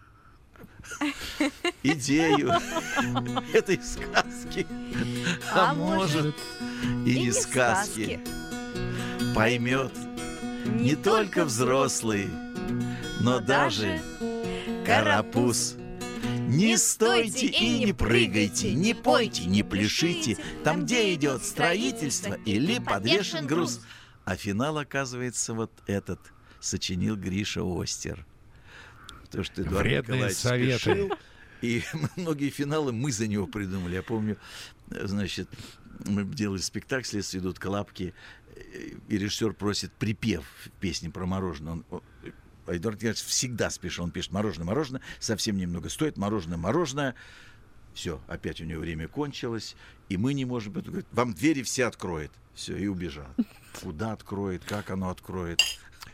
идею этой сказки. А А может и не сказки поймет не только взрослый, но даже карапуз. Не стойте и не прыгайте, не пойте, не пляшите, там, где идет строительство или подвешен груз. А финал, оказывается, вот этот сочинил Гриша Остер. То, что Эдуард Вредные Николаевич советы. спешил, И многие финалы мы за него придумали. Я помню, значит, мы делали спектакль «Следствие идут колобки», и режиссер просит припев песни про мороженое. Он, а Эдуард Геннадьевич всегда спешит. Он пишет «мороженое, мороженое», совсем немного стоит, мороженое, мороженое. Все, опять у него время кончилось, и мы не можем... Он говорит, вам двери все откроет. Все, и убежал. Куда откроет, как оно откроет.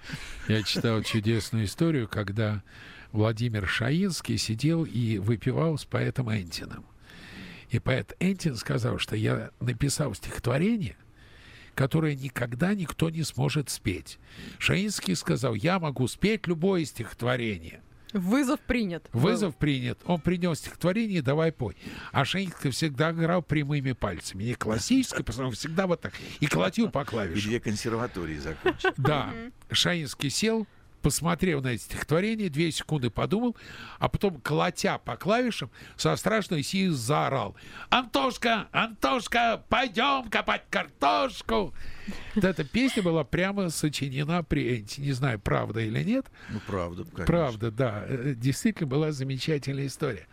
Я читал чудесную историю, когда Владимир Шаинский сидел и выпивал с поэтом Энтином. И поэт Энтин сказал, что я написал стихотворение, которое никогда никто не сможет спеть. Шаинский сказал, я могу спеть любое стихотворение. Вызов принят. Вызов принят. Он принес стихотворение, давай пой. А Шаинский всегда играл прямыми пальцами. Не классической, потому что всегда вот так. И колотил по И клавишам. две консерватории закончил. Да. Шаинский сел, посмотрел на эти стихотворения, две секунды подумал, а потом, колотя по клавишам, со страшной силой заорал. «Антошка, Антошка, пойдем копать картошку!» Вот эта песня была прямо сочинена при Энте. Не знаю, правда или нет. Ну, правда, конечно. Правда, да. Э, Действительно была замечательная история.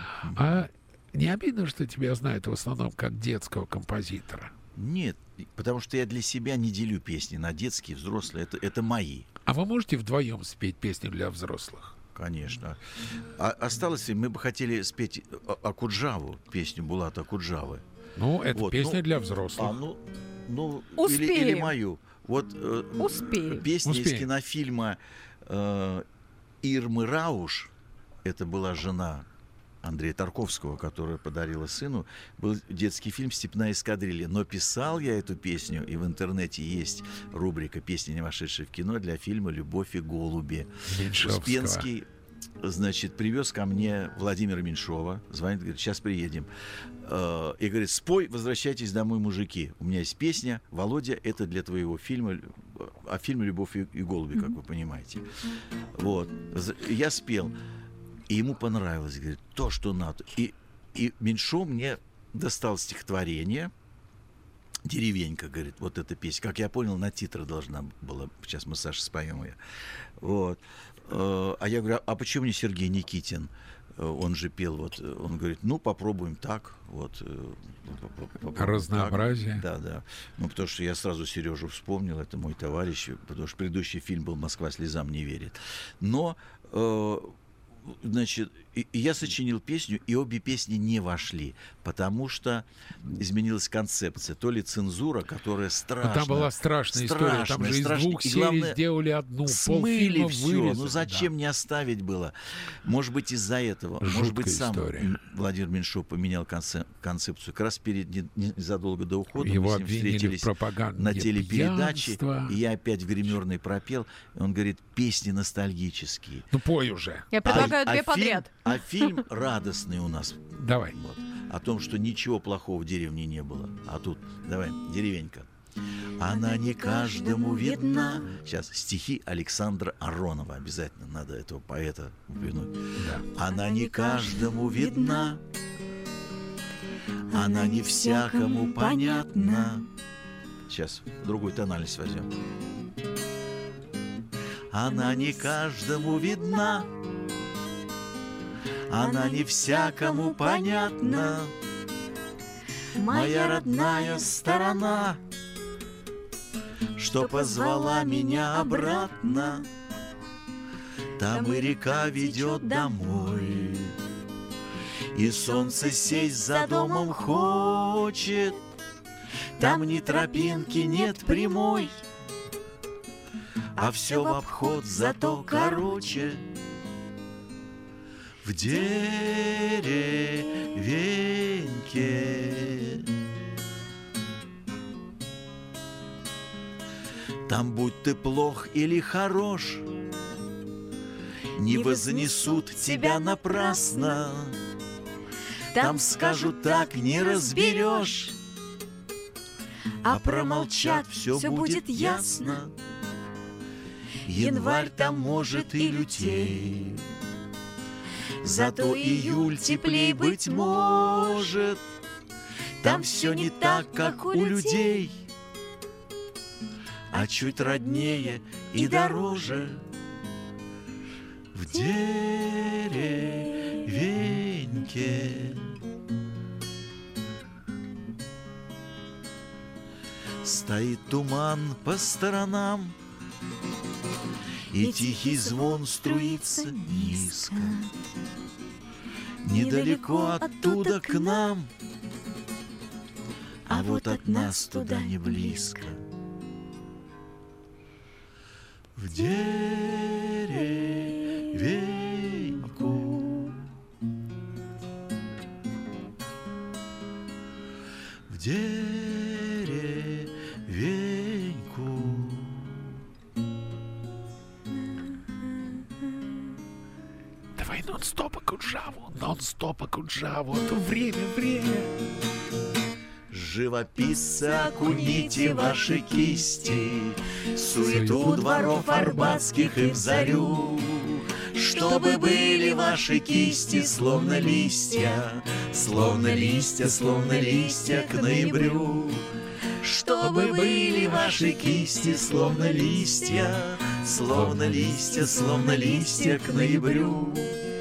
А не обидно, что тебя знают в основном как детского композитора? Нет, потому что я для себя не делю песни на детские, взрослые. Это, это мои. А вы можете вдвоем спеть песню для взрослых? Конечно. А осталось, мы бы хотели спеть А- Акуджаву, песню Булата Акуджавы. Ну, это Вот, песня ну, для взрослых. А, ну, ну или, Успеем. или мою. Вот э, Успеем. песня из Успеем. кинофильма э, Ирмы Рауш. Это была жена Андрея Тарковского, которая подарила сыну. Был детский фильм «Степная эскадрилья». Но писал я эту песню, и в интернете есть рубрика «Песни, не вошедшие в кино» для фильма «Любовь и голуби». Меньшовского. Успенский, значит, привез ко мне Владимира Меньшова, звонит, говорит, сейчас приедем. Э, И говорит, спой, возвращайтесь домой, мужики. У меня есть песня, Володя, это для твоего фильма, о фильме «Любовь и и голуби», как вы понимаете. Вот. З- Я спел, и ему понравилось, говорит, то, что надо. И, и Меньшов мне достал стихотворение, «Деревенька», говорит, вот эта песня. Как я понял, на титры должна была. Сейчас мы, Саша, споем ее. Вот. Э, А я говорю, а почему не Сергей Никитин? Э, Он же пел, вот. э, Он говорит, ну, попробуем так. Вот. э, поп- поп- попробуем Разнообразие. так. Да, да. Ну, потому что я сразу Сережу вспомнил, это мой товарищ, потому что предыдущий фильм был «Москва слезам не верит». Но, э, значит, и- и я сочинил песню, и обе песни не вошли, потому что изменилась концепция. То ли цензура, которая страшная. Но там была страшная история. Там страшная, же из страшная. двух И серий главное, сделали одну. смыли Полфильма все. вырезали. Ну зачем Да. не оставить было? Может быть, из-за этого. Может быть, Жуткая сам история. М, Владимир Меньшов поменял конце- концепцию. Как раз перед, не- не- задолго до ухода Его мы с ним обвинили в встретились пропаганде на телепередаче. пьянства. И я опять в гримерной пропел. И он говорит, песни ностальгические. Ну, пой уже. Я предлагаю а, две а фильм- подряд. а фильм радостный у нас. Давай. Вот. О том, что ничего плохого в деревне не было. А тут, давай, деревенька. Она не каждому видна. Сейчас стихи Александра Аронова. Обязательно надо этого поэта упомянуть. Она не каждому видна. Она не всякому понятна. Сейчас другую тональность возьмем. Она не каждому видна. Она не всякому понятна. Моя родная сторона, что позвала меня обратно. Там и река ведет домой, и солнце сесть за домом хочет. Там ни тропинки нет прямой, а все в обход, зато короче. В деревеньке там, будь ты плох или хорош, не вознесут тебя напрасно. Там скажут так, не разберешь, а промолчат, все будет ясно. Январь там может и лютей, зато июль теплей быть может. Там все не так, как у людей, а чуть роднее и дороже. В деревеньке тропинке. Стоит туман по сторонам, и тихий звон струится низко. Недалеко оттуда к нам, а вот от нас туда не близко. В деревеньку, в деревеньку. Давай нон-стоп Окуджаву, нон-стоп Окуджаву, а то время, время. Живописцы, окуните ваши кисти, суету дворов арбатских и в зарю, чтобы были ваши кисти словно листья, словно листья, словно листья к ноябрю. Чтобы были ваши кисти словно листья, словно листья, словно листья к ноябрю.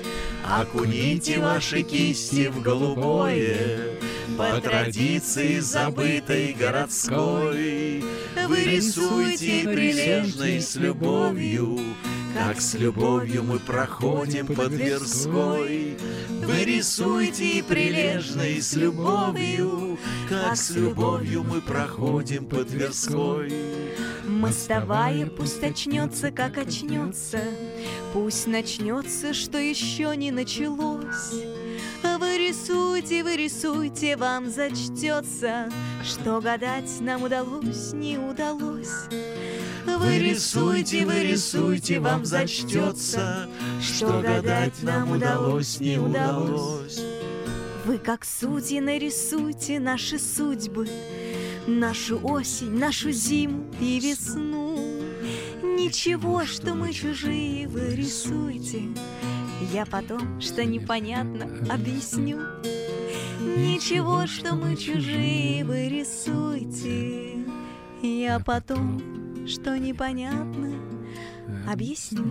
Окуните ваши кисти в голубое, по традиции забытой городской. Вы рисуйте прилежно и с любовью, как с любовью мы проходим по Тверской. Вы рисуйте прилежно и с любовью, как с любовью мы проходим по Тверской. Мостовая пусть очнется, как очнется, пусть начнется, что еще не началось. Вы рисуйте, вы рисуйте, вам зачтется, что гадать нам удалось, не удалось. Вы рисуйте, вы рисуйте, вам зачтется, что гадать нам удалось, не удалось. Вы как судьи нарисуйте наши судьбы, нашу осень, нашу зиму и весну. Ничего, что мы чужие, вы рисуйте, я потом, что непонятно, объясню. Ничего, что мы чужие, вы рисуйте, я потом, что непонятно, объясню.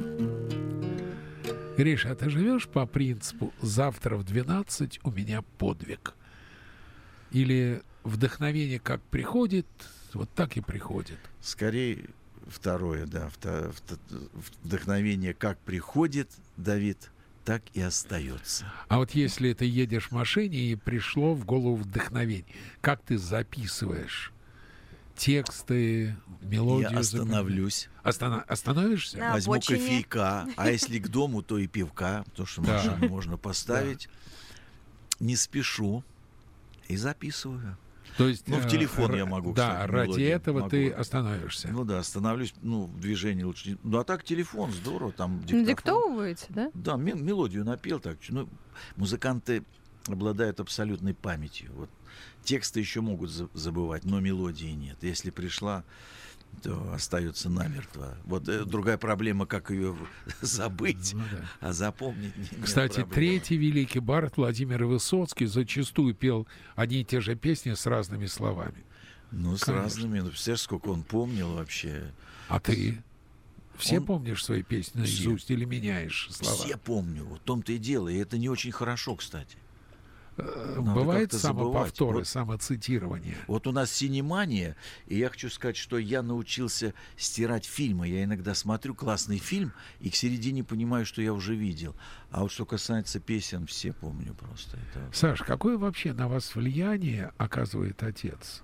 Гриша, а ты живешь по принципу «завтра в двенадцать у меня подвиг»? Или вдохновение как приходит, вот так и приходит? Скорее второе, да. Вдохновение как приходит, Давид, так и остается. А вот если ты едешь в машине и пришло в голову вдохновение, как ты записываешь тексты, мелодию? Я остановлюсь. Остана... Остановишься? На Возьму обочине. кофейка, а если к дому, то и пивка, потому что Да. машину можно поставить. Не спешу и записываю. То есть, Ну, в э, телефон р- я могу, Да, кстати, ради мелодию этого могу. ты остановишься. Ну да, остановлюсь, ну, в движении лучше. не- Ну, а так телефон, здорово, там диктофон. Диктовываете, да? Да, ме- мелодию напел так. Ну, музыканты обладают абсолютной памятью. Вот тексты еще могут за- забывать, но мелодии нет. Если пришла, то остается намертво. Вот э, другая проблема, как ее забыть, Ну да. а запомнить не- нет Кстати, проблемы. третий великий бард Владимир Высоцкий зачастую пел одни и те же песни с разными словами. Ну, с Конечно. разными. Ну, представляешь, сколько он помнил вообще. А ты все Он- помнишь свои песни наизусть или меняешь слова? Все помню. Вот в том-то и дело. И это не очень хорошо, кстати. Э, Надо Бывает как-то забывать. самоповторы, Вот- самоцитирование. Вот у нас синемания, и я хочу сказать, что я научился стирать фильмы. Я иногда смотрю классный фильм, и к середине понимаю, что я уже видел. А вот что касается песен, все помню просто. Это... Саш, какое вообще на вас влияние оказывает отец?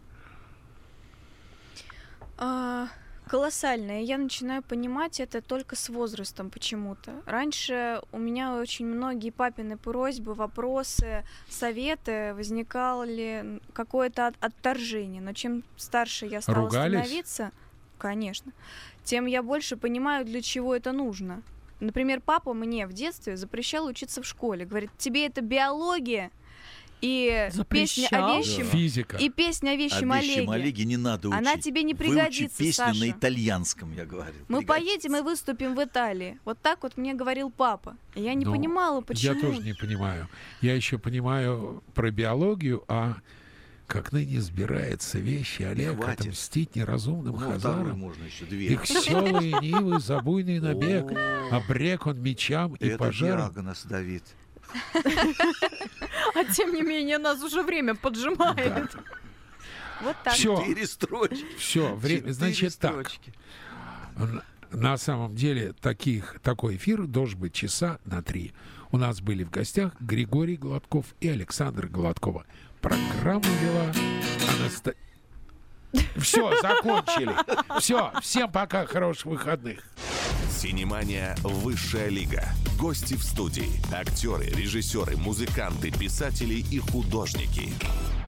А, колоссальное. Я начинаю понимать это только с возрастом почему-то. Раньше у меня очень многие папины просьбы, вопросы, советы возникали какое-то от- отторжение. Но чем старше я стала Ругались? становиться, конечно, тем я больше понимаю, для чего это нужно. Например, папа мне в детстве запрещал учиться в школе. Говорит, тебе это биология и песня о Запрещал? вещем, Физика. и песня о А вещем вещи Олеге. Олеге не надо учить. Она тебе не Выучи пригодится, песню Саша. на итальянском, я говорил. Мы Пригодится. поедем и выступим в Италии. Вот так вот мне говорил папа. И я не Ну, понимала, почему. Я тоже не понимаю. Я еще понимаю про биологию, а как ныне сбирается вещи Олег хватит. отомстить неразумным Ну, вторую хазарам. можно еще две. Их селые нивы, забуйный набег, О, обрек он мечам и это пожаром. диагноз, Давид. А тем не менее, нас уже время поджимает. Вот так. Все, Четыре строчки. все, время, Четыре значит так. строчки. Н- На самом деле таких, такой эфир должен быть часа на три. У нас были в гостях Григорий Гладков и Александр Гладкова. Программу вела Анаста... Все, закончили. Все, всем пока, хороших выходных. Синемания «Высшая лига». Гости в студии. Актеры, режиссеры, музыканты, писатели и художники.